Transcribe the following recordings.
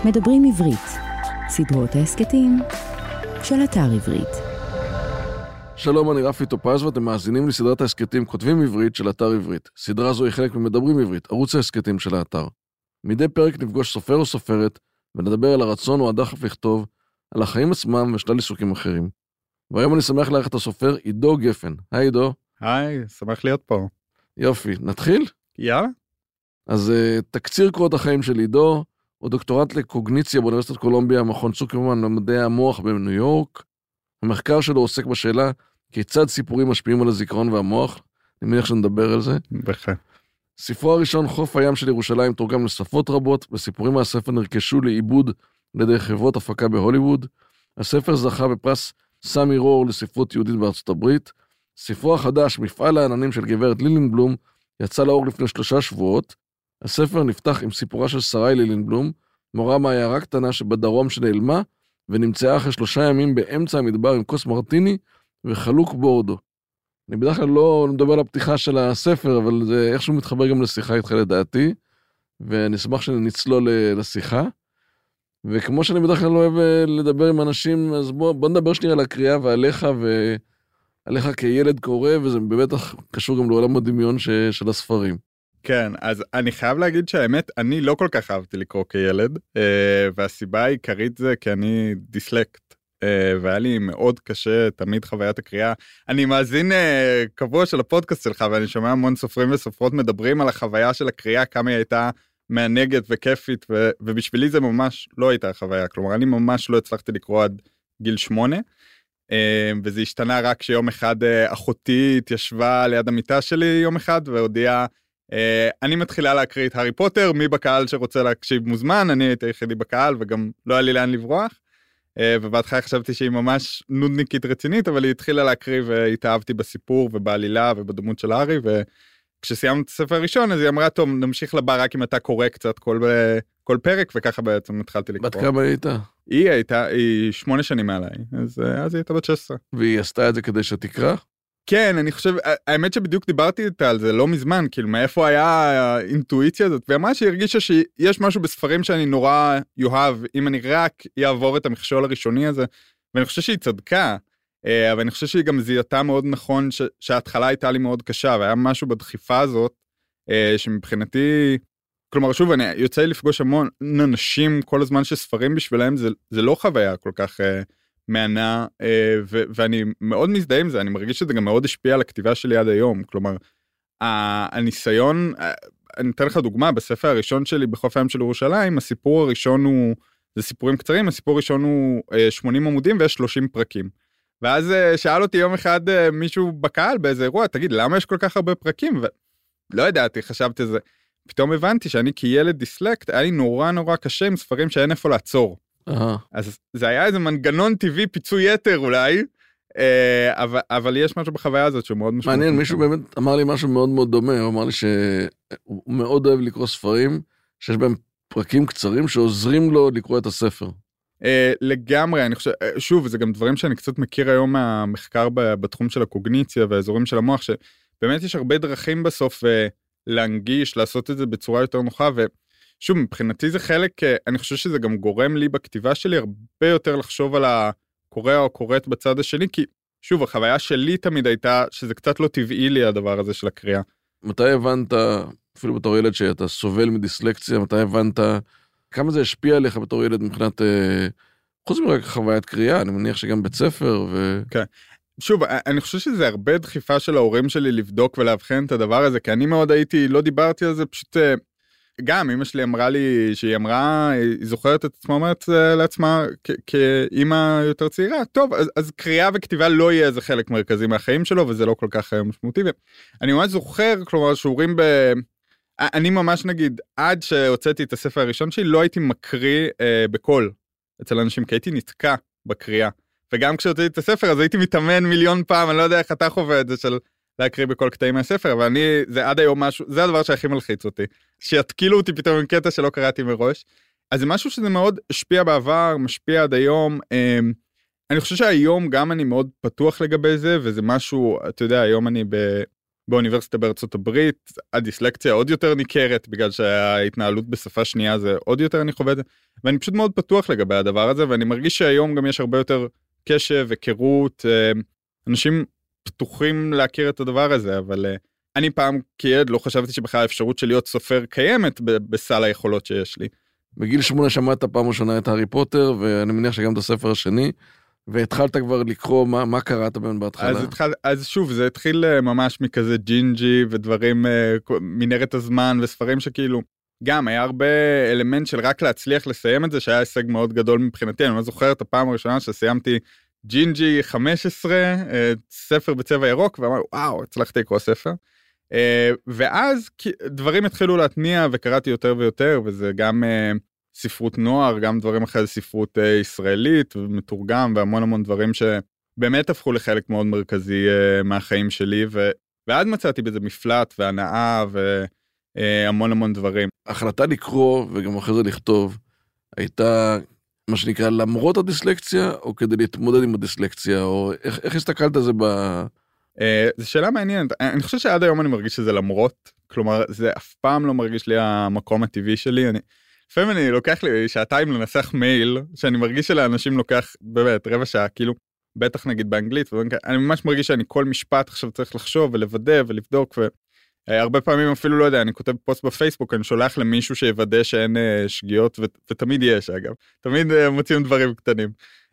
מדברים עברית, סדרות ההסקטים של אתר עברית. שלום, אני רפי טופז ואתם מאזינים לסדרת ההסקטים כותבים עברית של אתר עברית. סדרה זו היא חלק ממדברים עברית, ערוץ ההסקטים של האתר. מדי פרק נפגוש סופר או סופרת ונדבר על הרצון או הדחף לכתוב, על החיים עצמם ושלל עיסוקים אחרים. והיום אני שמח לארח את הסופר עידו גפן. היי עידו. היי, שמח להיות פה. יופי, נתחיל? יאללה. אז תקציר קורות החיים של עידו, הוא דוקטורט לקוגניציה באוניברסיטת קולומביה, מכון צוקרמן למדעי המוח בניו יורק. המחקר שלו עוסק בשאלה כיצד סיפורים משפיעים על הזיכרון והמוח. אני מניח שנדבר על זה. בכלל. ספרו הראשון, חוף הים של ירושלים, תורגם לשפות רבות, וסיפורים מהספר נרכשו לעיבוד על ידי חברות הפקה בהוליווד. הספר זכה בפרס סמי רור לספרות יהודית בארצות הברית. ספרו החדש, מפעל העננים של גברת לילינבלום, יצא לאור לפני 3 שבועות. הספר נפתח עם סיפורה של שרי לילינבלום, מורה מעיירה קטנה שבדרום שנעלמה, ונמצאה אחרי 3 ימים באמצע המדבר עם כוס מרטיני וחלוק בורדו. אני בדרך כלל לא מדבר על הפתיחה של הספר, אבל זה איכשהו מתחבר גם לשיחה איתך לדעתי, ואני אשמח שנצלול לשיחה. וכמו שאני בדרך כלל לא אוהב לדבר עם אנשים, אז בוא נדבר שנייה על הקריאה ועליך, ועליך כילד קורא, וזה באמת קשור גם לעולם הדמיון של הספרים. כן, אז אני חייב להגיד שהאמת, אני לא כל כך אהבתי לקרוא כילד, והסיבה העיקרית זה כי אני דיסלקט, והיה לי מאוד קשה תמיד חוויית הקריאה. אני מאזין קבוע של הפודקאסט שלך, ואני שומע המון סופרים וסופרות מדברים על החוויה של הקריאה, כמה היא הייתה מענגת וכיפית, ובשבילי זה ממש לא הייתה החוויה, כלומר, אני ממש לא הצלחתי לקרוא עד גיל 8, וזה השתנה רק שיום אחד אחותי התיישבה ליד המיטה שלי יום אחד, והודיעה, אני מתחילה להקריא את הארי פוטר, מי בקהל שרוצה להקשיב מוזמן, אני הייתי יחידי בקהל, וגם לא היה לי לאן לברוח, ובהתחלה חשבתי שהיא ממש נודניקית רצינית, אבל היא התחילה להקריא והתאהבתי בסיפור ובעלילה ובדמות של הארי, וכשסיימת את הספר הראשון, אז היא אמרה, טוב, נמשיך לבא רק אם אתה קורא קצת כל פרק, וככה בעצם התחלתי לקרוא. בת כמה היא הייתה? היא 8 שנים מעליי, אז היא הייתה בת 16. והיא עשתה את זה כדי שתקרא? כן, אני חושב, האמת שבדיוק דיברתי איתה על זה לא מזמן, כאילו מאיפה היה האינטואיציה הזאת, והיא אמרה שהיא הרגישה שיש משהו בספרים שאני נורא יאהב, אם אני רק יעבור את המכשול הראשוני הזה, ואני חושב שהיא צדקה, אבל אני חושב שהיא גם זיהתה מאוד נכון, שההתחלה הייתה לי מאוד קשה, והיה משהו בדחיפה הזאת, שמבחינתי, כלומר שוב, אני יוצא לי לפגוש המון אנשים כל הזמן שספרים בשבילם, זה לא חוויה כל כך מענה, ואני מאוד מזדהה עם זה, אני מרגיש שזה גם מאוד השפיע על הכתיבה שלי עד היום, כלומר, הניסיון, אני אתן לך דוגמה, בספר הראשון שלי בחוף הים של ירושלים, הסיפור הראשון הוא, זה סיפורים קצרים, הסיפור הראשון הוא 80 עמודים ויש 30 פרקים, ואז שאל אותי יום אחד מישהו בקהל באיזה אירוע, תגיד, למה יש כל כך הרבה פרקים? ולא ידעתי, חשבתי זה, פתאום הבנתי שאני כילד דיסלקט, היה לי נורא נורא קשה עם ספרים שאין איפה לעצור. אז זה היה איזה מנגנון טבעי, פיצוי יתר אולי, אבל יש משהו בחוויה הזאת שהוא מאוד משמעותי. מעניין, מישהו באמת אמר לי משהו מאוד מאוד דומה, הוא אמר לי שהוא מאוד אוהב לקרוא ספרים, שיש בהם פרקים קצרים שעוזרים לו לקרוא את הספר. לגמרי, אני חושב, שוב, זה גם דברים שאני קצת מכיר היום מהמחקר בתחום של הקוגניציה והאזורים של המוח, שבאמת יש הרבה דרכים בסוף להנגיש, לעשות את זה בצורה יותר נוחה, ושוב, מבחינתי זה חלק, אני חושב שזה גם גורם לי בכתיבה שלי הרבה יותר לחשוב על הקורא או קוראת בצד השני, כי שוב, החוויה שלי תמיד הייתה שזה קצת לא טבעי לי הדבר הזה של הקריאה. מתי הבנת, אפילו בתור ילד שאתה סובל מדיסלקציה, מתי הבנת כמה זה השפיע עליך בתור ילד מבחינת, חוץ מרק חוויית קריאה, אני מניח שגם בית ספר כן. שוב, אני חושב שזה הרבה דחיפה של ההורים שלי לבדוק ולהבחן את הדבר הזה, כי אני מאוד הייתי, לא דיברתי על זה, פשוט גם אמא שלי אמרה לי, שהיא אמרה, היא זוכרת את עצמה, אומרת לעצמה, כאמא יותר צעירה, טוב, אז קריאה וכתיבה לא יהיה איזה חלק מרכזי מהחיים שלו, וזה לא כל כך משמעותי. אני ממש זוכר, כלומר, שיעורים אני ממש נגיד, עד שהוצאתי את הספר הראשון שלי, לא הייתי מקריא בקול אצל אנשים, כי הייתי נתקע בקריאה. וגם כשהוצאתי את הספר, אז הייתי מתאמן מיליון פעם, אני לא יודע איך אתה חווה את זה של להקריא בכל קטעים מהספר, אבל זה עד היום משהו, זה הדבר שהכי מלחיץ אותי, שיתקילו אותי פתאום עם קטע שלא קראתי מראש. אז זה משהו שזה מאוד השפיע בעבר, משפיע עד היום. אני חושב שהיום גם אני מאוד פתוח לגבי זה, וזה משהו, אתה יודע, היום אני באוניברסיטה בארצות הברית, הדיסלקציה עוד יותר ניכרת, בגלל שההתנהלות בשפה שנייה זה עוד יותר אני חווה את זה, ואני פשוט מאוד פתוח לגבי הדבר הזה, ואני מרגיש שהיום גם יש הרבה יותר קשב וכירות, אנשים פתוחים להכיר את הדבר הזה, אבל אני פעם כילד לא חשבתי שבכלל האפשרות של להיות סופר קיימת בסל היכולות שיש לי. בגיל 8 שמעת פעם ראשונה את הארי פוטר, ואני מניח שגם את הספר השני, והתחלת כבר לקרוא מה קראת בהם בהתחלה. אז שוב, זה התחיל ממש מכזה ג'ינג'י, ודברים, מנהרת הזמן, וספרים שכאילו, גם היה הרבה אלמנט של רק להצליח לסיים את זה, שהיה הישג מאוד גדול מבחינתי, אני לא זוכר את הפעם הראשונה שסיימתי ג'ינג'י 15, ספר בצבע ירוק, ואמרתי, וואו, הצלחתי לקרוא ספר. ואז דברים התחילו להתניע, וקראתי יותר ויותר, וזה גם ספרות נוער, גם דברים אחרי ספרות ישראלית, ומתורגם, והמון המון דברים שבאמת הפכו לחלק מאוד מרכזי מהחיים שלי, ואז מצאתי בזה מפלט, והנאה, והמון המון דברים. החלטה לקרוא, וגם אחרי זה לכתוב, הייתה מה שנקרא למרות הדיסלקציה, או כדי להתמודד עם הדיסלקציה, או איך הסתכלת על זה זו שאלה מעניינת, אני חושב שעד היום אני מרגיש שזה למרות, כלומר זה אף פעם לא מרגיש לי המקום הטבעי שלי, לפעמים אני לוקח לי שעתיים לנסח מייל, שאני מרגיש שלאנשים לוקח באמת רבע שעה, כאילו בטח נגיד באנגלית, אני ממש מרגיש שאני כל משפט עכשיו צריך לחשוב ולוודא ולבדוק, והרבה פעמים אפילו לא יודע, אני כותב פוסט בפייסבוק, אני שולח למישהו שיוודא שאין שגיאות, ותמיד יש אגב, תמיד מוצאים דברים קטנים.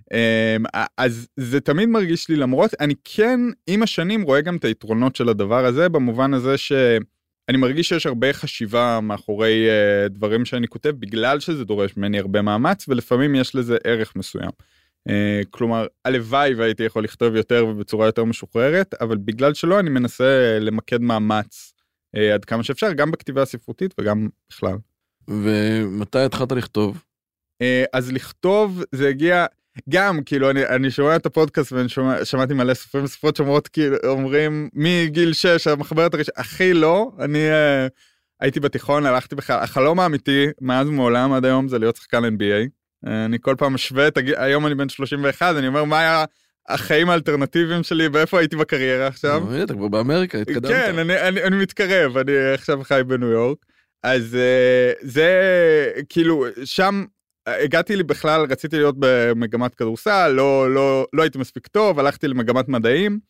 אז זה תמיד מרגיש לי למרות, אני כן עם השנים רואה גם את היתרונות של הדבר הזה, במובן הזה שאני מרגיש שיש הרבה חשיבה מאחורי דברים שאני כותב, בגלל שזה דורש ממני הרבה מאמץ, ולפעמים יש לזה ערך מסוים. כלומר, הלוואי והייתי יכול לכתוב יותר ובצורה יותר משוחררת, אבל בגלל שלא אני מנסה למקד מאמץ עד כמה שאפשר, גם בכתיבה הספרותית וגם בכלל. ומתי התחלת לכתוב? אז לכתוב זה הגיע... גם, כאילו, אני שומע את הפודקאסט, ואני שמעתי מלא סופרים וספרות שאומרות, כאילו, אומרים, מגיל 6, המחברת הראשונה, הכי לא, אני הייתי בתיכון, הלכתי בכלל, החלום האמיתי, מאז ומעולם עד היום, זה להיות שחקן NBA. אני כל פעם משווה, היום אני בן 31, אני אומר, מה היה החיים האלטרנטיביים שלי, ואיפה הייתי בקריירה עכשיו? אתה כבר באמריקה, התקדמת. כן, אני מתקרב, אני עכשיו חי בניו יורק, אז זה, כאילו, שם, הגעתי לי בכלל, רציתי להיות במגמת כדורסל, לא הייתי מספיק טוב, הלכתי למגמת מדעים,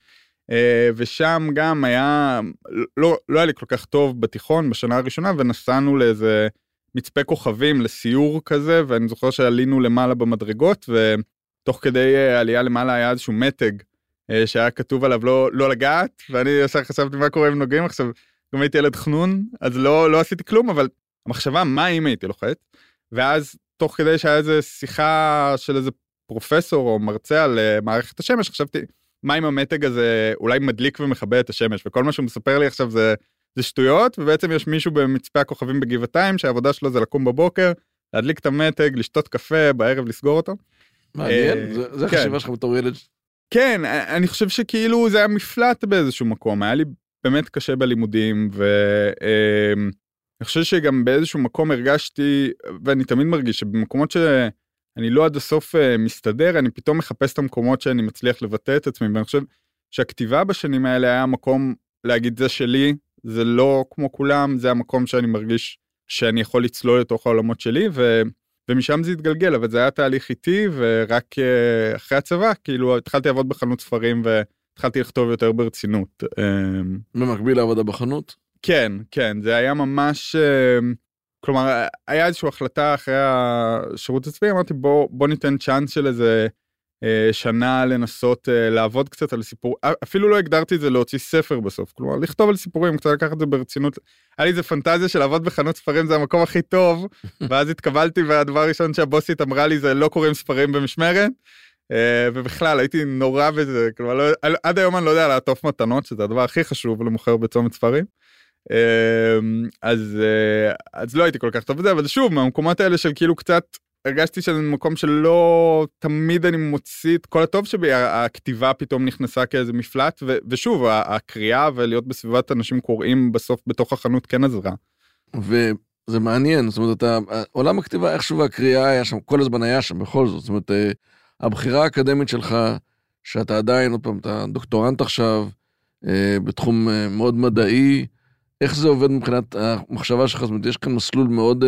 ושם גם היה, לא היה לי כל כך טוב בתיכון בשנה הראשונה, ונסענו לאיזה מצפה כוכבים לסיור כזה, ואני זוכר שעלינו למעלה במדרגות, ותוך כדי עלייה למעלה היה איזשהו מתג, שהיה כתוב עליו לא לגעת, ואני ישר חשבתי מה קורה אם נוגעים עכשיו, גם הייתי ילד חנון, אז לא עשיתי כלום, אבל המחשבה מה אם הייתי לוחץ, ואז תוך כדי שהיה איזו שיחה של איזה פרופסור או מרצה על מערכת השמש, חשבתי, מה אם המתג הזה אולי מדליק ומכבה את השמש, וכל מה שהוא מספר לי עכשיו זה שטויות, ובעצם יש מישהו במצפה הכוכבים בגבעתיים, שהעבודה שלו זה לקום בבוקר, להדליק את המתג, לשתות קפה, בערב לסגור אותו. מעניין, זה החשיבה שלך בתור ילד. כן, אני חושב שכאילו זה היה מפלט באיזשהו מקום, היה לי באמת קשה בלימודים, אני חושב שגם באיזשהו מקום הרגשתי, ואני תמיד מרגיש שבמקומות שאני לא עד הסוף מסתדר, אני פתאום מחפש את המקומות שאני מצליח לבטא את עצמי, ואני חושב שהכתיבה בשנים האלה היה מקום להגיד זה שלי, זה לא כמו כולם, זה המקום שאני מרגיש שאני יכול לצלול לתוך העולמות שלי, ומשם זה התגלגל, אבל זה היה תהליך איטי, ורק אחרי הצבא, כאילו התחלתי לעבוד בחנות ספרים, והתחלתי לכתוב יותר ברצינות. במקביל לעבודה בחנות? כן, כן, זה היה ממש, כלומר, היה איזושהי החלטה אחרי השירות הצבאי, אמרתי בוא ניתן צ'אנס של איזה שנה לנסות לעבוד קצת על סיפור, אפילו לא הגדרתי את זה להוציא ספר בסוף, כלומר, לכתוב על סיפורים, קצת לקחת את זה ברצינות, היה לי איזה פנטזיה של לעבוד בחנות ספרים, זה המקום הכי טוב, ואז התקבלתי, והדבר הראשון שהבוסית אמרה לי, זה לא קוראים ספרים במשמרת, ובכלל הייתי נורא בזה, כלומר, עד היום אני לא יודע לעטוף מתנות, שזה הדבר הכי חשוב למוכר בצומת ספרים, אז לא הייתי כל כך טוב בזה, אבל שוב, מהמקומות האלה של כאילו קצת, הרגשתי שזה מקום שלא תמיד אני מוציא את כל הטוב שבי, הכתיבה פתאום נכנסה כאיזה מפלט, ושוב, הקריאה ולהיות בסביבת אנשים קוראים בסוף בתוך החנות כן עזרה. וזה מעניין, זאת אומרת, עולם הכתיבה איכשהו והקריאה היה שם, כל הזמן היה שם בכל זאת, זאת אומרת, הבחירה האקדמית שלך, שאתה עדיין, עוד פעם, אתה דוקטורנט עכשיו, בתחום מאוד מדעי. איך זה עובד מבחינת המחשבה שלך? זאת אומרת, יש כאן מסלול מאוד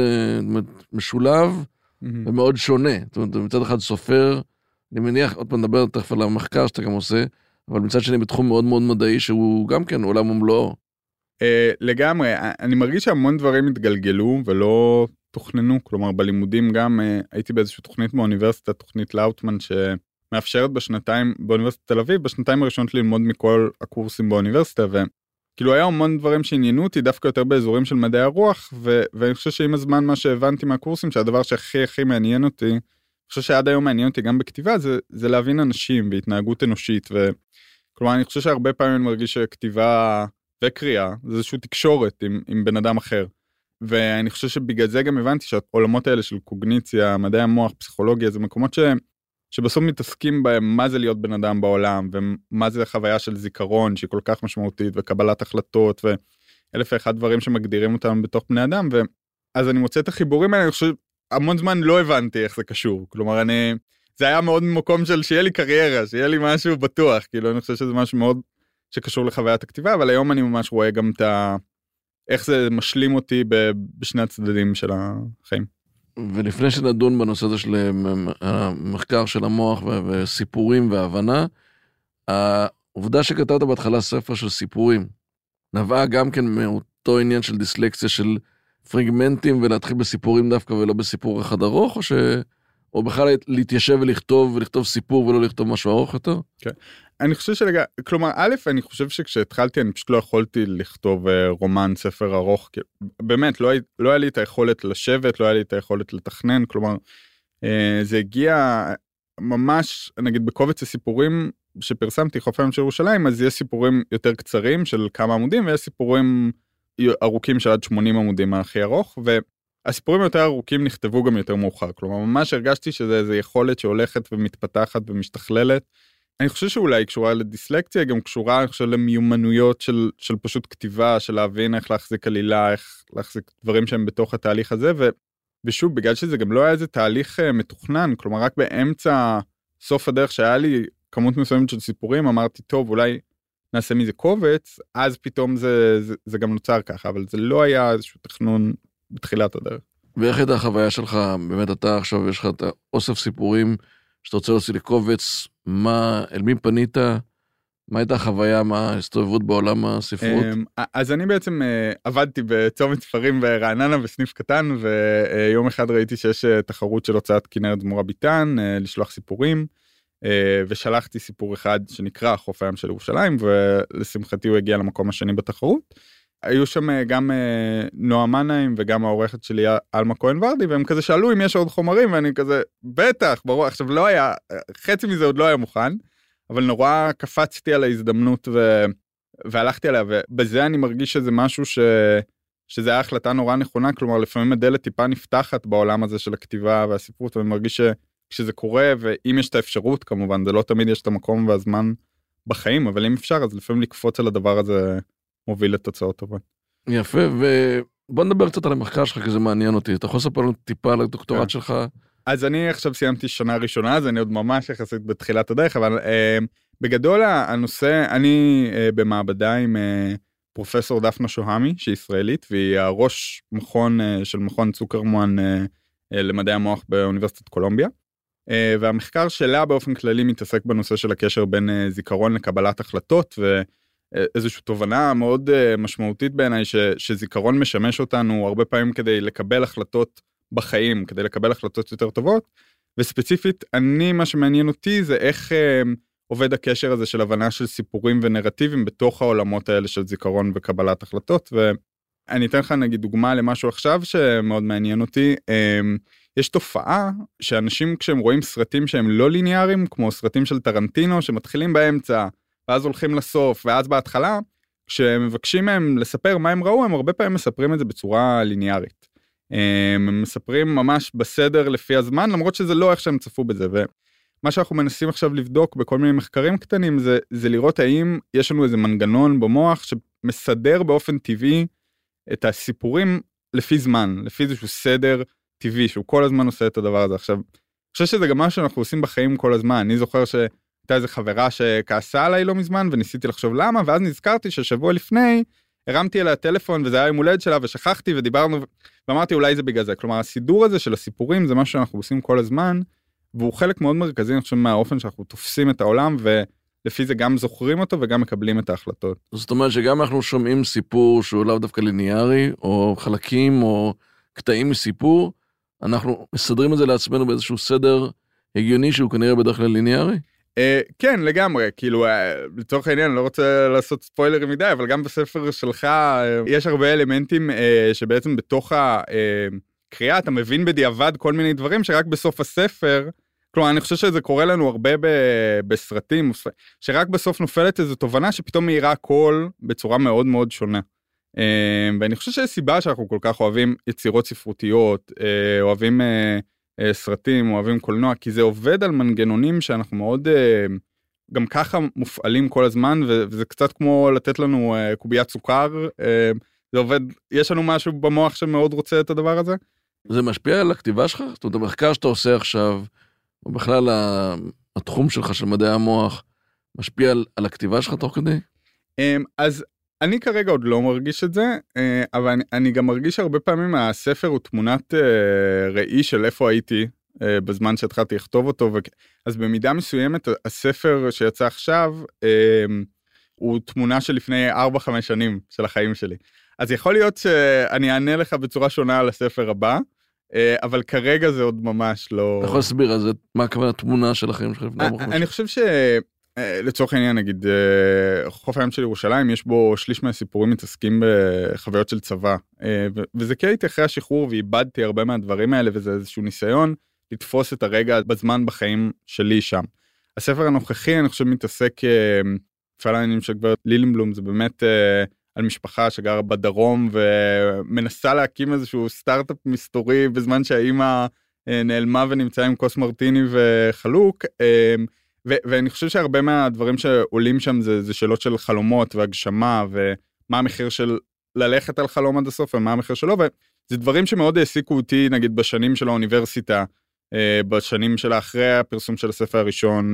משולב ומאוד שונה. זאת אומרת, מצד אחד סופר, אני מניח, עוד פעם נדבר תכף על המחקר שאתה גם עושה, אבל מצד שני בתחום מאוד מאוד מדעי, שהוא גם כן עולם ומלואו. לגמרי, אני מרגיש שהמון דברים התגלגלו ולא תוכננו, כלומר בלימודים גם הייתי באיזושהי תוכנית באוניברסיטה, תוכנית לאוטמן, שמאפשרת באוניברסיטת תל אביב, בשנתיים הראשונות ללמוד מכל הקורסים באוניברסיטה, וכאילו היה המון דברים שעניינו אותי, דווקא יותר באזורים של מדעי הרוח, ואני חושב שעם הזמן מה שהבנתי מהקורסים, שהדבר שהכי מעניין אותי, אני חושב שעד היום מעניין אותי גם בכתיבה, זה להבין אנשים והתנהגות אנושית, כלומר אני חושב שהרבה פעמים אני מרגיש שכתיבה וקריאה, זה איזושהי תקשורת עם בן אדם אחר. ואני חושב שבגלל זה גם הבנתי שהעולמות האלה של קוגניציה, מדעי המוח, פסיכולוגיה, זה מקומות שבסוף מתעסקים בהם מה זה להיות בן אדם בעולם, ומה זה חוויה של זיכרון שהיא כל כך משמעותית, וקבלת החלטות, ואלף ואחד דברים שמגדירים אותם בתוך בני אדם, ואז אני מוצא את החיבורים האלה, אני חושב, המון זמן לא הבנתי איך זה קשור, כלומר זה היה מאוד ממקום של שיהיה לי קריירה, שיהיה לי משהו בטוח, כאילו אני חושב שזה משהו מאוד שקשור לחוויית הכתיבה, אבל היום אני ממש רואה גם איך זה משלים אותי בשני הצדדים של החיים. ולפני שנדון בנושא הזה של המחקר של המוח וסיפורים והבנה, העובדה שכתבת בהתחלה ספר של סיפורים, נבעה גם כן מאותו עניין של דיסלקציה של פרגמנטים, ולהתחיל בסיפורים דווקא ולא בסיפור אחד ארוך, או בכלל להתיישב ולכתוב סיפור ולא לכתוב משהו ארוך יותר? כן. אני חושב כלומר, א', אני חושב שכשהתחלתי, אני פשוט לא יכולתי לכתוב רומן, ספר ארוך, באמת, לא היה לי את היכולת לשבת, לא היה לי את היכולת לתכנן, כלומר, זה הגיע ממש, נגיד, בקובץ הסיפורים שפרסמתי, חוף הים של ירושלים, אז יש סיפורים יותר קצרים של כמה עמודים, ויש סיפורים ארוכים של עד 80 עמודים הכי ארוך, והסיפורים יותר ארוכים נכתבו גם יותר מאוחר, כלומר, ממש הרגשתי שזה איזו יכולת שהולכת ומתפתחת ומשתכללת, אני חושב שאולי קשורה לדיסלקציה, גם קשורה, אני חושב, למיומנויות של פשוט כתיבה, של להבין איך להחזיק עלילה, איך להחזיק דברים שהם בתוך התהליך הזה, ושוב, בגלל שזה גם לא היה איזה תהליך מתוכנן, כלומר, רק באמצע סוף הדרך שהיה לי כמות מסוימת של סיפורים, אמרתי, טוב, אולי נעשה מזה קובץ, אז פתאום זה גם נוצר ככה, אבל זה לא היה איזשהו תכנון בתחילת הדרך. ואיך הייתה החוויה שלך, באמת אתה עכשיו, יש לך את אוסף סיפורים, שאתה רוצה להוציא לקובץ, אל מי פנית, מה הייתה החוויה, מה ההסתובבות בעולם הספרות? אז אני בעצם עבדתי בצומת ספרים ברעננה בסניף קטן, ויום אחד ראיתי שיש תחרות של הוצאת כנרת זמורה ביטן, לשלוח סיפורים, ושלחתי סיפור אחד שנקרא חוף הים של ירושלים, ולשמחתי הוא הגיע למקום השני בתחרות. היו שם גם נועה מנהיים וגם העורכת שלי אלמה כהן ורדי, והם כזה שאלו אם יש עוד חומרים, ואני כזה, בטח, ברור, עכשיו לא היה, חצי מזה עוד לא היה מוכן, אבל נורא קפצתי על ההזדמנות והלכתי עליה, ובזה אני מרגיש שזה משהו שזה היה החלטה נורא נכונה, כלומר לפעמים הדלת טיפה נפתחת בעולם הזה של הכתיבה והספרות, ואני מרגיש שכשזה קורה, ואם יש את האפשרות כמובן, זה לא תמיד יש את המקום והזמן בחיים, אבל אם אפשר, אז לפעמים לקפוץ על הדבר הזה מוביל לתוצאות טובות. יפה, ובוא נדבר קצת על המחקר שלך, כי זה מעניין אותי. אתה יכול לספר לנו טיפה על הדוקטורט שלך? אז אני עכשיו סיימתי שנה ראשונה, אז אני עוד ממש יחסית בתחילת הדרך, אבל בגדול הנושא, אני במעבדה עם פרופסור דפנה שוהמי, שהיא ישראלית, והיא הראש של מכון צוקרמן למדעי המוח באוניברסיטת קולומביה, והמחקר שלה באופן כללי מתעסק בנושא של הקשר בין זיכרון לקבלת החלטות, ואיזושהי תובנה מאוד משמעותית בעיניי, שזיכרון משמש אותנו הרבה פעמים כדי לקבל החלטות בחיים, כדי לקבל החלטות יותר טובות, וספציפית, מה שמעניין אותי זה איך עובד הקשר הזה של הבנה של סיפורים ונרטיבים בתוך העולמות האלה של זיכרון וקבלת החלטות, ואני אתן לך נגיד דוגמה למשהו עכשיו שמאוד מעניין אותי, יש תופעה שאנשים כשהם רואים סרטים שהם לא ליניאריים, כמו סרטים של טרנטינו שמתחילים באמצע, ואז הולכים לסוף, ואז בהתחלה, כשמבקשים מהם לספר מה הם ראו, הם הרבה פעמים מספרים את זה בצורה ליניארית. הם מספרים ממש בסדר לפי הזמן, למרות שזה לא איך שהם צפו בזה, ומה שאנחנו מנסים עכשיו לבדוק בכל מיני מחקרים קטנים, זה לראות האם יש לנו איזה מנגנון במוח שמסדר באופן טבעי את הסיפורים לפי זמן, לפי איזשהו סדר טבעי, שהוא כל הזמן עושה את הדבר הזה. עכשיו, אני חושב שזה גם מה שאנחנו עושים בחיים כל הזמן, אני זוכר שאתה הייתה איזו חברה שכעסה עליי לא מזמן, וניסיתי לחשוב למה, ואז נזכרתי ששבוע לפני, הרמתי אליה הטלפון, וזה היה יום הולדת שלה, ושכחתי, ודיברנו, ואמרתי, אולי זה בגלל זה. כלומר, הסידור הזה של הסיפורים, זה משהו שאנחנו עושים כל הזמן, והוא חלק מאוד מרכזי, אני חושב, מהאופן שאנחנו תופסים את העולם, ולפי זה גם זוכרים אותו, וגם מקבלים את ההחלטות. זאת אומרת שגם אנחנו שומעים סיפור שהוא לאו דווקא ליניארי, או חלקים, או קטעים מסיפור, אנחנו מסדרים את זה לעצמנו באיזשהו סדר הגיוני, שהוא כנראה בדרך כלל ליניארי? כן, לגמרי, כאילו, לצורך העניין, אני לא רוצה לעשות ספוילרים מדי, אבל גם בספר שלך, יש הרבה אלמנטים שבעצם בתוך הקריאה, אתה מבין בדיעבד כל מיני דברים, שרק בסוף הספר, כלומר, אני חושב שזה קורה לנו הרבה בסרטים, שרק בסוף נופלת איזו תובנה, שפתאום מאירה הכל בצורה מאוד מאוד שונה. ואני חושב שיש סיבה שאנחנו כל כך אוהבים יצירות ספרותיות, אוהבים סרטים, אוהבים קולנוע, כי זה עובד על מנגנונים שאנחנו מאוד, גם ככה מופעלים כל הזמן, וזה קצת כמו לתת לנו קוביית סוכר, זה עובד, יש לנו משהו במוח שמאוד רוצה את הדבר הזה. זה משפיע על הכתיבה שלך? זאת אומרת, המחקר שאתה עושה עכשיו, או בכלל התחום שלך של מדעי המוח, משפיע על הכתיבה שלך תוך כדי? אז אני כרגע עוד לא מרגיש את זה, אבל אני גם מרגיש שהרבה פעמים הספר הוא תמונת ראי של איפה הייתי בזמן שהתחלתי לכתוב אותו, אז במידה מסוימת הספר שיצא עכשיו הוא תמונה של לפני 4-5 שנים של החיים שלי. אז יכול להיות שאני אענה לך בצורה שונה על הספר הבא, אבל כרגע זה עוד ממש לא... אתה יכול להסביר על זה, מה הכוונה התמונה של החיים שלך? אני חושב לצורך העניין, נגיד, חוף הים של ירושלים, יש בו שליש מהסיפורים מתעסקים בחוויות של צבא, וזה כי הייתי אחרי השחרור ואיבדתי הרבה מהדברים האלה, וזה איזשהו ניסיון לתפוס את הרגע בזמן בחיים שלי שם. הספר הנוכחי, אני חושב, מתעסק, פלנים של גברת לילנבלום, זה באמת על משפחה שגרה בדרום, ומנסה להקים איזשהו סטארט-אפ מסתורי, בזמן שהאימא נעלמה ונמצאה עם כוס מרטיני וחלוק, ואני חושב שהרבה מהדברים שעולים שם זה שאלות של חלומות והגשמה, ומה המחיר של ללכת על חלום עד הסוף, ומה המחיר שלו, וזה דברים שמאוד העסיקו אותי, נגיד, בשנים של האוניברסיטה, בשנים של אחרי הפרסום של הספר הראשון,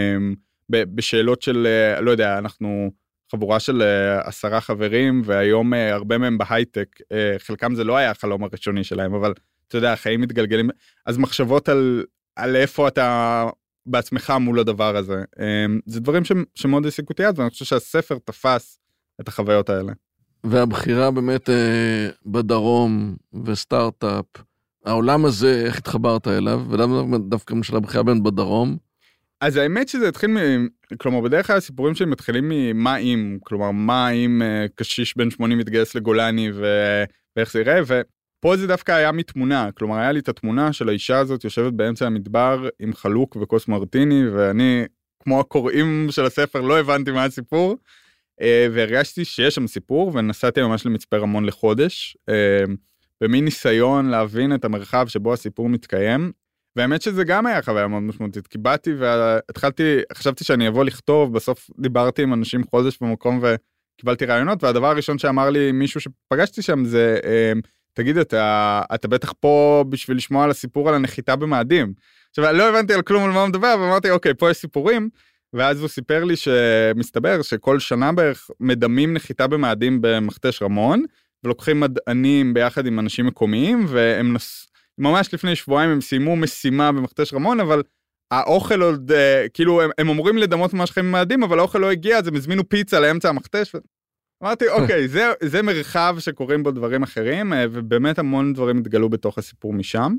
בשאלות של, לא יודע, אנחנו חבורה של 10 חברים, והיום הרבה מהם בהייטק, חלקם זה לא היה החלום הראשוני שלהם, אבל אתה יודע, החיים מתגלגלים, אז מחשבות על איפה אתה בעצמך מול הדבר הזה. זה דברים שמאוד העסיקו אותי אז, ואני חושב שהספר תפס את החוויות האלה. והבחירה באמת בדרום וסטארט-אפ, העולם הזה, איך התחברת אליו, ולמה דווקא משל הבחירה בין בדרום? אז האמת שזה התחיל כלומר, בדרך כלל הסיפורים שלי מתחילים ממה אם, כלומר, מה אם קשיש בן 80 מתגייס לגולני ואיך זה ייראה, ופה זה דווקא היה מתמונה, כלומר, היה לי את התמונה של האישה הזאת יושבת באמצע המדבר עם חלוק וכוס מרטיני, ואני, כמו הקוראים של הספר, לא הבנתי מה הסיפור, והרגשתי שיש שם סיפור, ונסעתי ממש למצפה רמון לחודש, במין ניסיון להבין את המרחב שבו הסיפור מתקיים, והאמת שזה גם היה חוויה מאוד משמעותית, כי באתי והתחלתי, חשבתי שאני אבוא לכתוב, בסוף דיברתי עם אנשים חודש במקום וקיבלתי רעיונות, והדבר הראשון שאמר לי מישהו שפגשתי שם זה, תגיד, אתה בטח פה בשביל לשמוע על הסיפור על הנחיתה במאדים. עכשיו, לא הבנתי על כלום על מה הוא מדבר, ואמרתי, אוקיי, פה יש סיפורים, ואז הוא סיפר לי שמסתבר שכל שנה בערך מדמים נחיתה במאדים במכתש רמון, ולוקחים מדענים ביחד עם אנשים מקומיים, והם ממש לפני שבועיים הם סיימו משימה במכתש רמון, אבל האוכל עוד, כאילו, הם אמורים לדמות ממש חיים במאדים, אבל האוכל לא הגיע, אז הם הזמינו פיצה לאמצע המכתש. אמרתי, אוקיי, זה מרחב שקוראים בו דברים אחרים, ובאמת המון דברים התגלו בתוך הסיפור משם,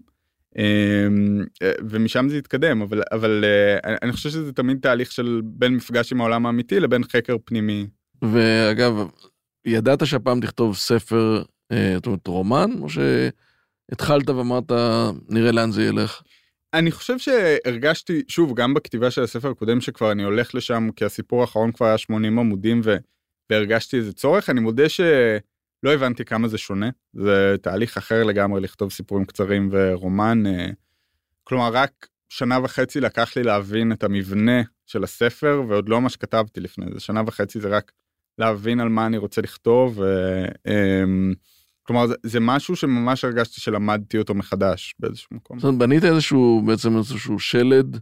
ומשם זה התקדם, אבל אני חושב שזה תמיד תהליך של בין מפגש עם העולם האמיתי לבין חקר פנימי. ואגב, ידעת שהפעם תכתוב ספר, זאת אומרת, רומן, או שהתחלת ואמרת, נראה לאן זה ילך? אני חושב שהרגשתי, שוב, גם בכתיבה של הספר הקודם, שכבר אני הולך לשם, כי הסיפור האחרון כבר היה 80 עמודים, והרגשתי איזה צורך. אני מודה שלא הבנתי כמה זה שונה, זה תהליך אחר לגמרי לכתוב סיפורים קצרים ורומן, כלומר, רק 1.5 שנה לקח לי להבין את המבנה של הספר, ועוד לא מה שכתבתי לפני זה. 1.5 שנה זה רק להבין על מה אני רוצה לכתוב, כלומר, זה משהו שממש הרגשתי שלמדתי אותו מחדש באיזשהו מקום. זאת אומרת, בנית בעצם איזשהו שלד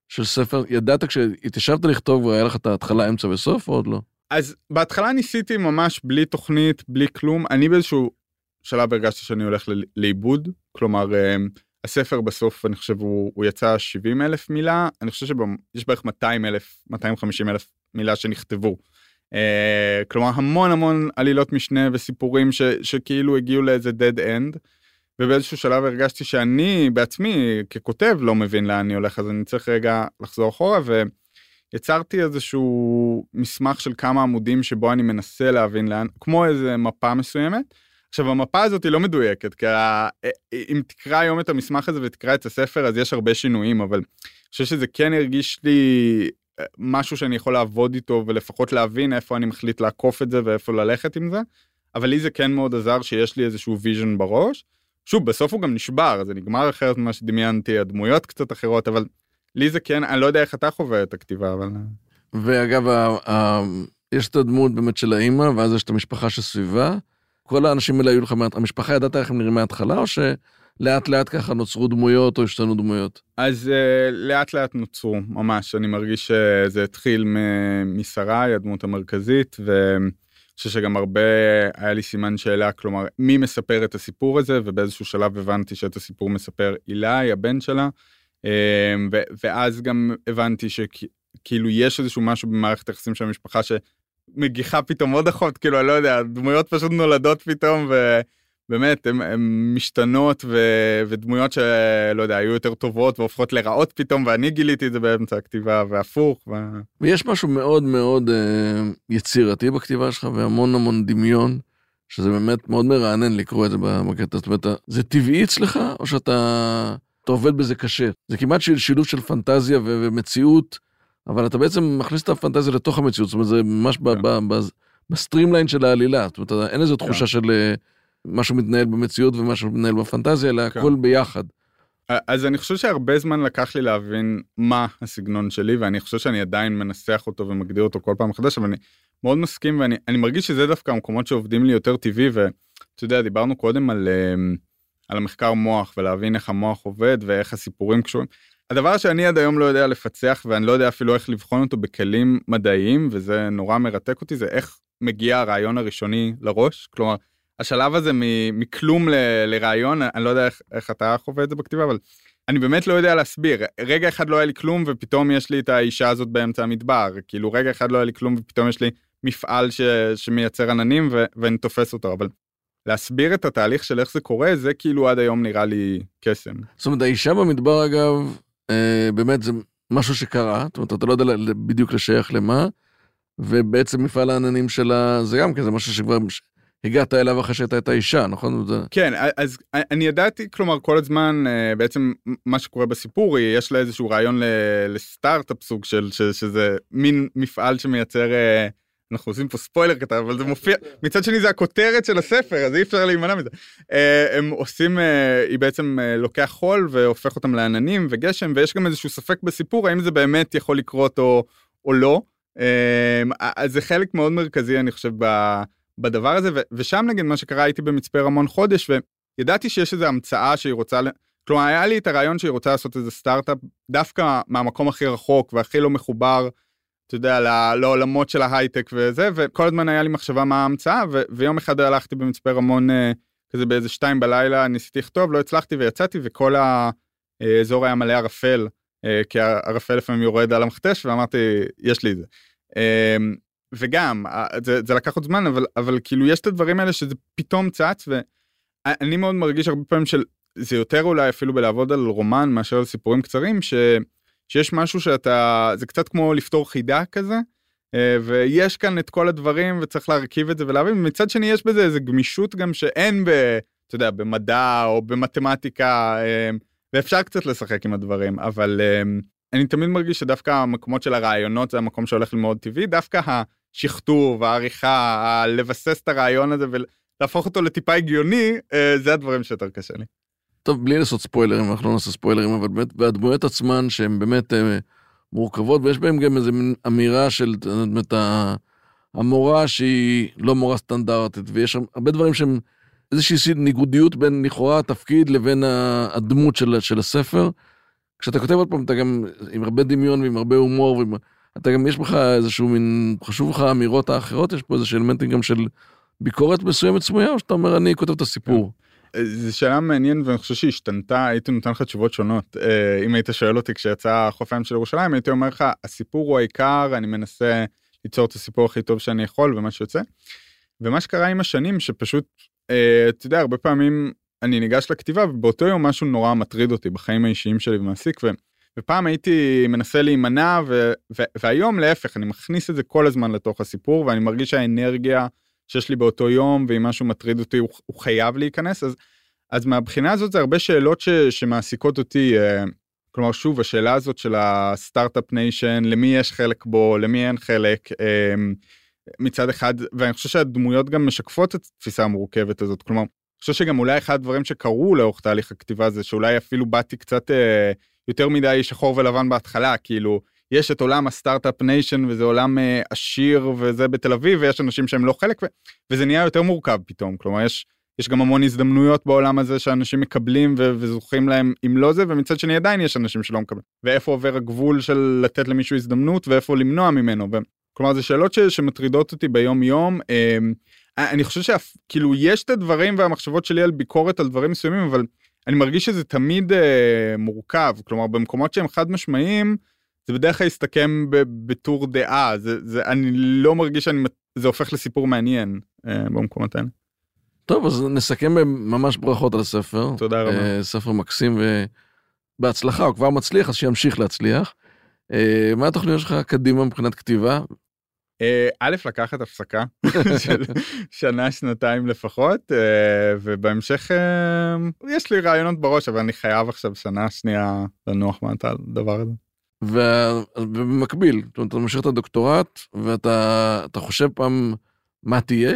של ספר, ידעת כשהתיישבת לכתוב והיה לך את ההתחלה, אמצע וסוף, או עוד לא? אז בהתחלה ניסיתי ממש בלי תוכנית, בלי כלום. אני באיזשהו שלב הרגשתי שאני הולך לאיבוד, כלומר, הספר בסוף, אני חושב, הוא יצא 70,000 מילה, אני חושב שיש בערך 200,000, 250,000 מילה שנכתבו. כלומר, המון המון עלילות משנה וסיפורים שכאילו הגיעו לאיזה dead end, ובאיזשהו שלב הרגשתי שאני בעצמי ככותב לא מבין לאן אני הולך, אז אני צריך רגע לחזור אחורה, ויצרתי איזשהו מסמך של כמה עמודים שבו אני מנסה להבין לאן, כמו איזה מפה מסוימת. עכשיו, המפה הזאת היא לא מדויקת, כי אם תקרא היום את המסמך הזה ותקרא את הספר, אז יש הרבה שינויים, אבל אני חושב שזה כן הרגיש לי משהו שאני יכול לעבוד איתו, ולפחות להבין איפה אני מחליט לעקוף את זה, ואיפה ללכת עם זה, אבל לי זה כן מאוד עזר שיש לי איזשהו ויז'ן בראש. שוב, בסוף הוא גם נשבר, זה נגמר אחרת ממה שדמיינתי, הדמויות קצת אחרות, אבל לי זה כן, אני לא יודע איך אתה חווה את הכתיבה, אבל... ואגב, יש את הדמות באמת של האמא, ואז יש את המשפחה שסביבה, כל האנשים האלה היו לך, המשפחה ידעת איך הם נראים מההתחלה, או שלאט לאט ככה נוצרו דמויות, או השתנו דמויות? אז לאט לאט נוצרו, ממש, אני מרגיש שזה התחיל משרי, הדמות המרכזית, ואני חושב שגם הרבה היה לי סימן שאלה, כלומר, מי מספר את הסיפור הזה, ובאיזשהו שלב הבנתי שאת הסיפור מספר אילי, הבן שלה, ואז גם הבנתי שכאילו יש איזשהו משהו במערכת היחסים של המשפחה מגיחה פתאום עוד אחות, כאילו, אני לא יודע, דמויות פשוט נולדות פתאום, ובאמת, הן משתנות, ודמויות שלא יודע, היו יותר טובות, והופכות לרעות פתאום, ואני גיליתי את זה באמצע הכתיבה, והפוך. ויש משהו מאוד מאוד יצירתי בכתיבה שלך, והמון המון דמיון, שזה באמת מאוד מרענן לקרוא את זה בקטע. זאת אומרת, זה טבעי אצלך, או שאתה עובד בזה קשה? זה כמעט שילוב של פנטזיה ומציאות, אבל אתה בעצם מכניס את הפנטזיה לתוך המציאות, זאת אומרת, זה ממש בסטרימליין של העלילה, זאת אומרת, אין איזו תחושה של משהו מתנהל במציאות ומשהו מתנהל בפנטזיה, אלא הכל ביחד. אז אני חושב שהרבה זמן לקח לי להבין מה הסגנון שלי, ואני חושב שאני עדיין מנסח אותו ומגדיר אותו כל פעם מחדש, אבל אני מאוד מסכים, ואני מרגיש שזה דווקא המקומות שעובדים לי יותר טבעי, ואתה יודע, דיברנו קודם על המחקר מוח, ולהבין איך המוח עובד, ואיך הסיפורים קשורים. הדבר שאני עד היום לא יודע לפצח, ואני לא יודע אפילו איך לבחון אותו בכלים מדעיים, וזה נורא מרתק אותי, זה איך מגיע הרעיון הראשוני לראש, כלומר, השלב הזה מכלום לרעיון, אני לא יודע איך אתה חווה את זה בכתיבה, אבל אני באמת לא יודע להסביר. רגע אחד לא היה לי כלום, ופתאום יש לי את האישה הזאת באמצע המדבר, כאילו רגע אחד לא היה לי כלום, ופתאום יש לי מפעל שמייצר עננים, ואני תופס אותו, אבל להסביר את התהליך של איך זה קורה, זה כאילו עד היום נראה לי קסם. זאת אומרת, האישה במדבר אגב, באמת זה משהו שקרה, זאת אומרת, אתה לא יודע בדיוק לשייך למה, ובעצם מפעל העננים שלה, זה גם כזה משהו שכבר הגעת אליו אחרי שהייתה את האישה, נכון? כן, אז אני ידעתי, כלומר, כל הזמן, בעצם מה שקורה בסיפור, יש לה איזשהו רעיון לסטארט-אפ סוג של, שזה מין מפעל שמייצר, אנחנו עושים פה ספוילר קטן, אבל זה מופיע, מצד שני זה הכותרת של הספר, אז אי אפשר להימנע מזה. הם עושים, היא בעצם לוקח חול והופך אותם לעננים וגשם, ויש גם איזשהו ספק בסיפור, האם זה באמת יכול לקרות או לא. אז זה חלק מאוד מרכזי, אני חושב, בדבר הזה, ושם נגיד מה שקרה, הייתי במצפה רמון חודש, וידעתי שיש איזו המצאה שהיא רוצה, כלומר, היה לי את הרעיון שהיא רוצה לעשות איזה סטארט-אפ, דווקא מהמקום הכי רחוק, והכי לא מחובר, אתה יודע, לעולמות של ההייטק וזה, וכל הזמן היה לי מחשבה מה ההמצאה, ויום אחד הלכתי במצפה רמון, כזה באיזה 2 בלילה, ניסיתי לכתוב, לא הצלחתי ויצאתי, וכל האזור היה מלא ערפל, כי הערפל לפעמים יורד על המכתש, ואמרתי, יש לי את זה. וגם, זה לקח עוד זמן, אבל כאילו יש את הדברים האלה שזה פתאום צץ, ואני מאוד מרגיש הרבה פעמים זה יותר אולי אפילו בלעבוד על רומן, מאשר על סיפורים קצרים, שיש משהו זה קצת כמו לפתור חידה כזה, ויש כאן את כל הדברים, וצריך להרכיב את זה ולהבין, ומצד שני יש בזה איזו גמישות גם שאין אתה יודע, במדע או במתמטיקה, ואפשר קצת לשחק עם הדברים, אבל אני תמיד מרגיש שדווקא המקומות של הרעיונות, זה המקום שהולך ללמוד טבעי, דווקא השכתוב, העריכה, לבסס את הרעיון הזה, ולהפוך אותו לטיפה הגיוני, זה הדברים שיותר קשה לי. טוב, בלי לעשות ספוילרים, אנחנו לא נעשה ספוילרים, אבל באמת, והדמויות עצמן שהן באמת מורכבות, ויש בהן גם איזו אמירה של המורה שהיא לא מורה סטנדרטית, ויש הרבה דברים שהם איזושהי ניגודיות בין לכאורה התפקיד לבין הדמות של הספר, כשאתה כותב עוד פעם, אתה גם עם הרבה דמיון ועם הרבה הומור, אתה גם יש בך איזשהו מין, חשוב לך האמירות האחרות, יש פה איזשהו אלמנטים גם של ביקורת מסוימת סמויה, או שאתה אומר, אני כותב את הסיפור? זו שאלה מעניינת, ואני חושב שהיא השתנתה, הייתי נותן לך תשובות שונות. אם היית שואל אותי כשיצא חוף הים של ירושלים, הייתי אומר לך, הסיפור הוא העיקר, אני מנסה ליצור את הסיפור הכי טוב שאני יכול, ומה שיוצא. ומה שקרה עם השנים, שפשוט, אתה יודע, הרבה פעמים אני ניגש לכתיבה, ובאותו יום משהו נורא מטריד אותי בחיים האישיים שלי ומעסיק, ופעם הייתי מנסה להימנע, והיום להפך, אני מכניס את זה כל הזמן לתוך הסיפור, ואני מרגיש שהאנרגיה שיש לי באותו יום, ואם משהו מטריד אותי, הוא חייב להיכנס, אז מהבחינה הזאת זה הרבה שאלות שמעסיקות אותי, כלומר שוב, השאלה הזאת של הסטארט-אפ ניישן, למי יש חלק בו, למי אין חלק, מצד אחד, ואני חושב שהדמויות גם משקפות את התפיסה המורכבת הזאת, כלומר, אני חושב שגם אולי אחד הדברים שקרו לאורך תהליך הכתיבה זה, שאולי אפילו באתי קצת יותר מדי שחור ולבן בהתחלה, כאילו, יש את עולם הסטארט-אפ ניישן, וזה עולם עשיר, וזה בתל אביב, ויש אנשים שהם לא חלק, וזה נהיה יותר מורכב פתאום, כלומר, יש גם המון הזדמנויות בעולם הזה, שאנשים מקבלים וזוכים להם אם לא זה, ומצד שני עדיין יש אנשים שלא מקבלים, ואיפה עובר הגבול של לתת למישהו הזדמנות, ואיפה למנוע ממנו, כלומר, זה שאלות שמטרידות אותי ביום יום, אני חושב שכאילו יש את הדברים והמחשבות שלי על ביקורת על דברים מסוימים, אבל אני מרגיש שזה תמיד מורכב, כלומר, במקומות שהם חד משמעיים, זה בדרך כלל יסתכם בטור דעה, אני לא מרגיש שזה הופך לסיפור מעניין במקומות האלה. טוב, אז נסכם ממש ברכות על הספר. תודה רבה. ספר מקסים ובהצלחה, הוא כבר מצליח, אז שימשיך להצליח. מה התוכניות שלך קדימה מבחינת כתיבה? א', לקחת הפסקה של שנה, שנתיים לפחות, ובהמשך יש לי רעיונות בראש, אבל אני חייב עכשיו שנה שנייה לנוח מהדבר הזה. ובמקביל, אתה ממשיך את הדוקטורט, ואתה חושב פעם מה תהיה?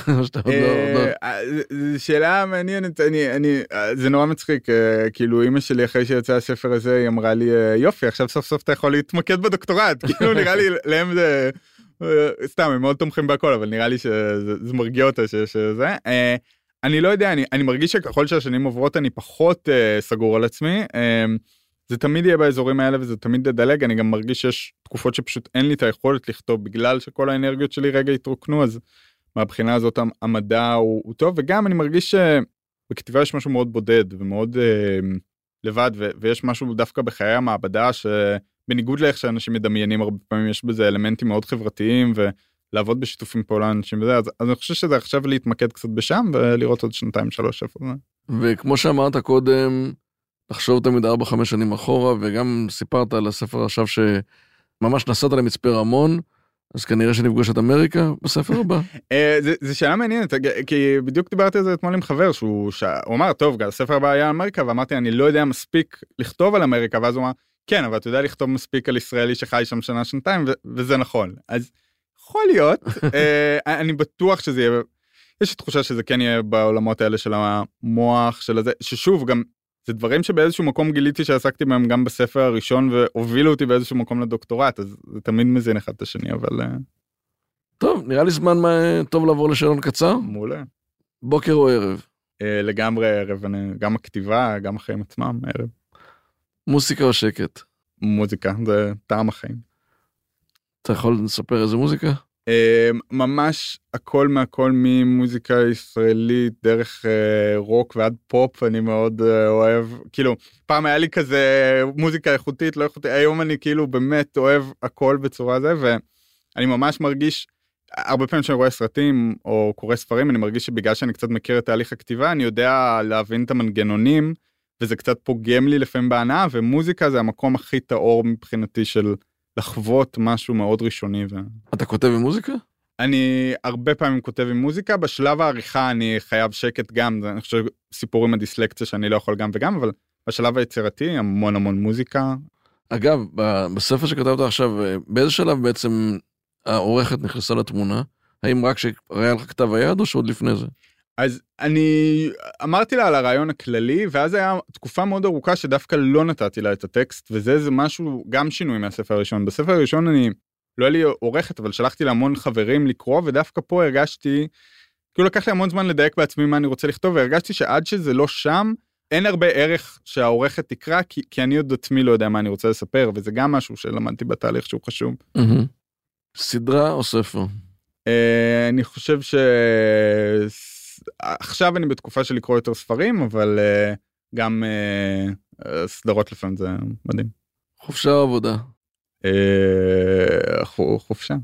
זו שאלה מעניינת, זה נורא מצחיק, כאילו אמא שלי אחרי שיצא הספר הזה, היא אמרה לי, יופי, עכשיו סוף סוף אתה יכול להתמקד בדוקטורט, כאילו נראה לי להם זה, סתם, הם מאוד תומכים בהכל, אבל נראה לי שזה מרגיע אותה שזה, אני לא יודע, אני מרגיש שככל שהשנים עוברות אני פחות סגור על עצמי, זה תמיד יהיה באזורים האלה וזה תמיד לדלג, אני גם מרגיש שיש תקופות שפשוט אין לי את היכולת לכתוב בגלל שכל האנרגיות שלי רגע התרוקנו, אז מהבחינה הזאת המדע הוא טוב, וגם אני מרגיש שבכתיבה יש משהו מאוד בודד ומאוד לבד, ויש משהו דווקא בחיי המעבדה שבניגוד לאיך שאנשים מדמיינים הרבה פעמים יש בזה אלמנטים מאוד חברתיים ולעבוד בשיתופים פעולה אנשים וזה, אז אני חושב שזה עכשיו להתמקד קצת בשם ולראות עוד 2-3 איפה זה. וכמו שאמרת קודם, לחשוב תמיד 4-5 שנים אחורה, וגם סיפרת על הספר עכשיו שממש נסעת למצפה רמון, אז כנראה שנפגוש את אמריקה בספר הבא. זה שאלה מעניינת, כי בדיוק דיברתי על זה אתמול עם חבר, שהוא אמר, טוב, הספר הבא היה אמריקה, ואמרתי, אני לא יודע מספיק לכתוב על אמריקה, ואז הוא אמר, כן, אבל אתה יודע לכתוב מספיק על ישראלי שחי שם שנה, שנתיים, וזה נכון. אז יכול להיות, אני בטוח שזה יהיה, יש תחושה שזה כן יהיה בעולמות האלה של המוח, של הזה, ששוב, גם זה דברים שבאיזשהו מקום גיליתי שעסקתי בהם גם בספר הראשון, והובילו אותי באיזשהו מקום לדוקטורט, אז זה תמיד מזין אחד את השני, אבל... טוב, נראה לי זמן טוב לעבור לשאלון קצר. מעולה. בוקר או ערב? לגמרי ערב, גם הכתיבה, גם החיים עצמם, ערב. מוסיקה או שקט? מוזיקה, זה טעם החיים. אתה יכול לספר איזה מוזיקה? ממש הכל מהכל ממוזיקה ישראלית דרך רוק ועד פופ אני מאוד אוהב, כאילו פעם היה לי כזה מוזיקה איכותית לא איכותית, היום אני כאילו באמת אוהב הכל בצורה זה, ואני ממש מרגיש הרבה פעמים שאני רואה סרטים או קורא ספרים, אני מרגיש שבגלל שאני קצת מכיר את תהליך הכתיבה אני יודע להבין את המנגנונים וזה קצת פוגם לי לפעמים בהנאה, ומוזיקה זה המקום הכי טהור מבחינתי של לחוות משהו מאוד ראשוני. אתה כותב עם מוזיקה? אני הרבה פעמים כותב עם מוזיקה, בשלב העריכה אני חייב שקט גם, אני חושב סיפור עם הדיסלקציה שאני לא יכול גם וגם, אבל בשלב היצירתי המון המון מוזיקה. אגב, בספר שכתבת עכשיו, באיזה שלב בעצם העורכת נכנסה לתמונה? האם רק שהיה לך כתב היד או שעוד לפני זה? אז אני אמרתי לה על הרעיון הכללי, ואז היה תקופה מאוד ארוכה שדווקא לא נתתי לה את הטקסט, וזה משהו, גם שינוי מהספר הראשון. בספר הראשון אני, לא היה לי עורכת, אבל שלחתי לה המון חברים לקרוא, ודווקא פה הרגשתי, כאילו לקח לי המון זמן לדייק בעצמי מה אני רוצה לכתוב, והרגשתי שעד שזה לא שם, אין הרבה ערך שהעורכת תקרא, כי אני עוד עצמי לא יודע מה אני רוצה לספר, וזה גם משהו שלמדתי בתהליך שהוא חשוב. סדרה או ספר? אני חושב עכשיו אני בתקופה של לקרוא יותר ספרים, אבל גם סדרות לפעמים זה מדהים. חופשה או עבודה? חופשה.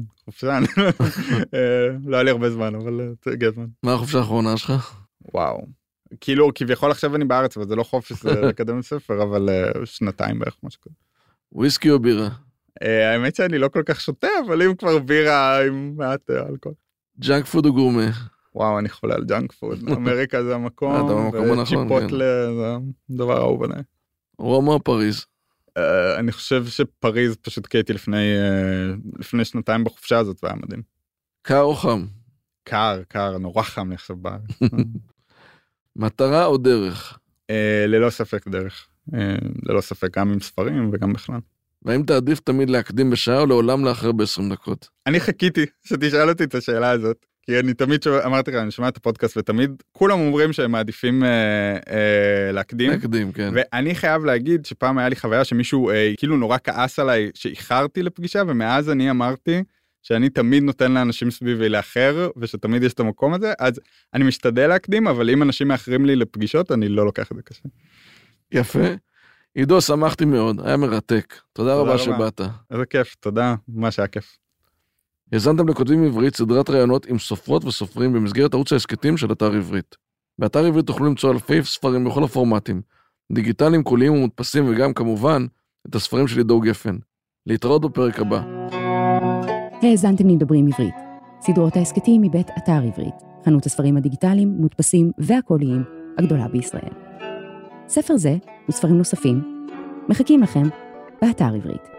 לא היה לי הרבה זמן, אבל הגיע זמן. מה החופשה האחרונה שלך? וואו. כאילו, כביכול עכשיו אני בארץ, וזה לא חופש לקדם ספר, אבל 2 בערך, משהו כזה. וויסקי או בירה? האמת שאני לא כל כך שותה, אבל אם כבר בירה עם מעט אלכוהול. ג'אנק פוד או גורמה? וואו, אני חולה על ג'אנק פוד. אמריקה זה המקום, וצ'יפוטלה זה דבר אהוב עליי. רומא או פריז? אני חושב שפריז פשוט קייתי לפני 2 בחופשה הזאת, והיה מדהים. קר או חם? קר, נורא חם לי עכשיו בארץ. מטרה או דרך? ללא ספק דרך. ללא ספק גם עם ספרים וגם בכלל. והאם תעדיף תמיד להקדים בשעה או לעולם לאחר ב-20 דקות? אני חיכיתי שתשאל אותי את השאלה הזאת, כי אני תמיד אמרתי לך, אני שומע את הפודקאסט ותמיד כולם אומרים שהם מעדיפים להקדים. להקדים, כן. ואני חייב להגיד שפעם היה לי חוויה שמישהו כאילו נורא כעס עליי שאיחרתי לפגישה, ומאז אני אמרתי שאני תמיד נותן לאנשים סביבי לאחר, ושתמיד יש את המקום הזה, אז אני משתדל להקדים, אבל אם אנשים מאחרים לי לפגישות, אני לא לוקח את זה קשה. יפה. עידו, שמחתי מאוד, היה מרתק. תודה רבה שבאת. איזה כיף, תודה, ממש היה כיף. האזנתם לכותבים עברית, סדרת ראיונות עם סופרות וסופרים במסגרת ערוץ ההסכתים של אתר עברית. באתר עברית תוכלו למצוא אלפי ספרים בכל הפורמטים, דיגיטליים, קוליים ומודפסים, וגם כמובן את הספרים של עידו גפן. להתראות בפרק הבא. האזנתם לדברים עברית. סדרות ההסכתים מבית אתר עברית, חנות הספרים הדיגיטליים, מודפסים והקוליים הגדולה בישראל. ספר זה וספרים נוספים מחכים לכם באתר עברית.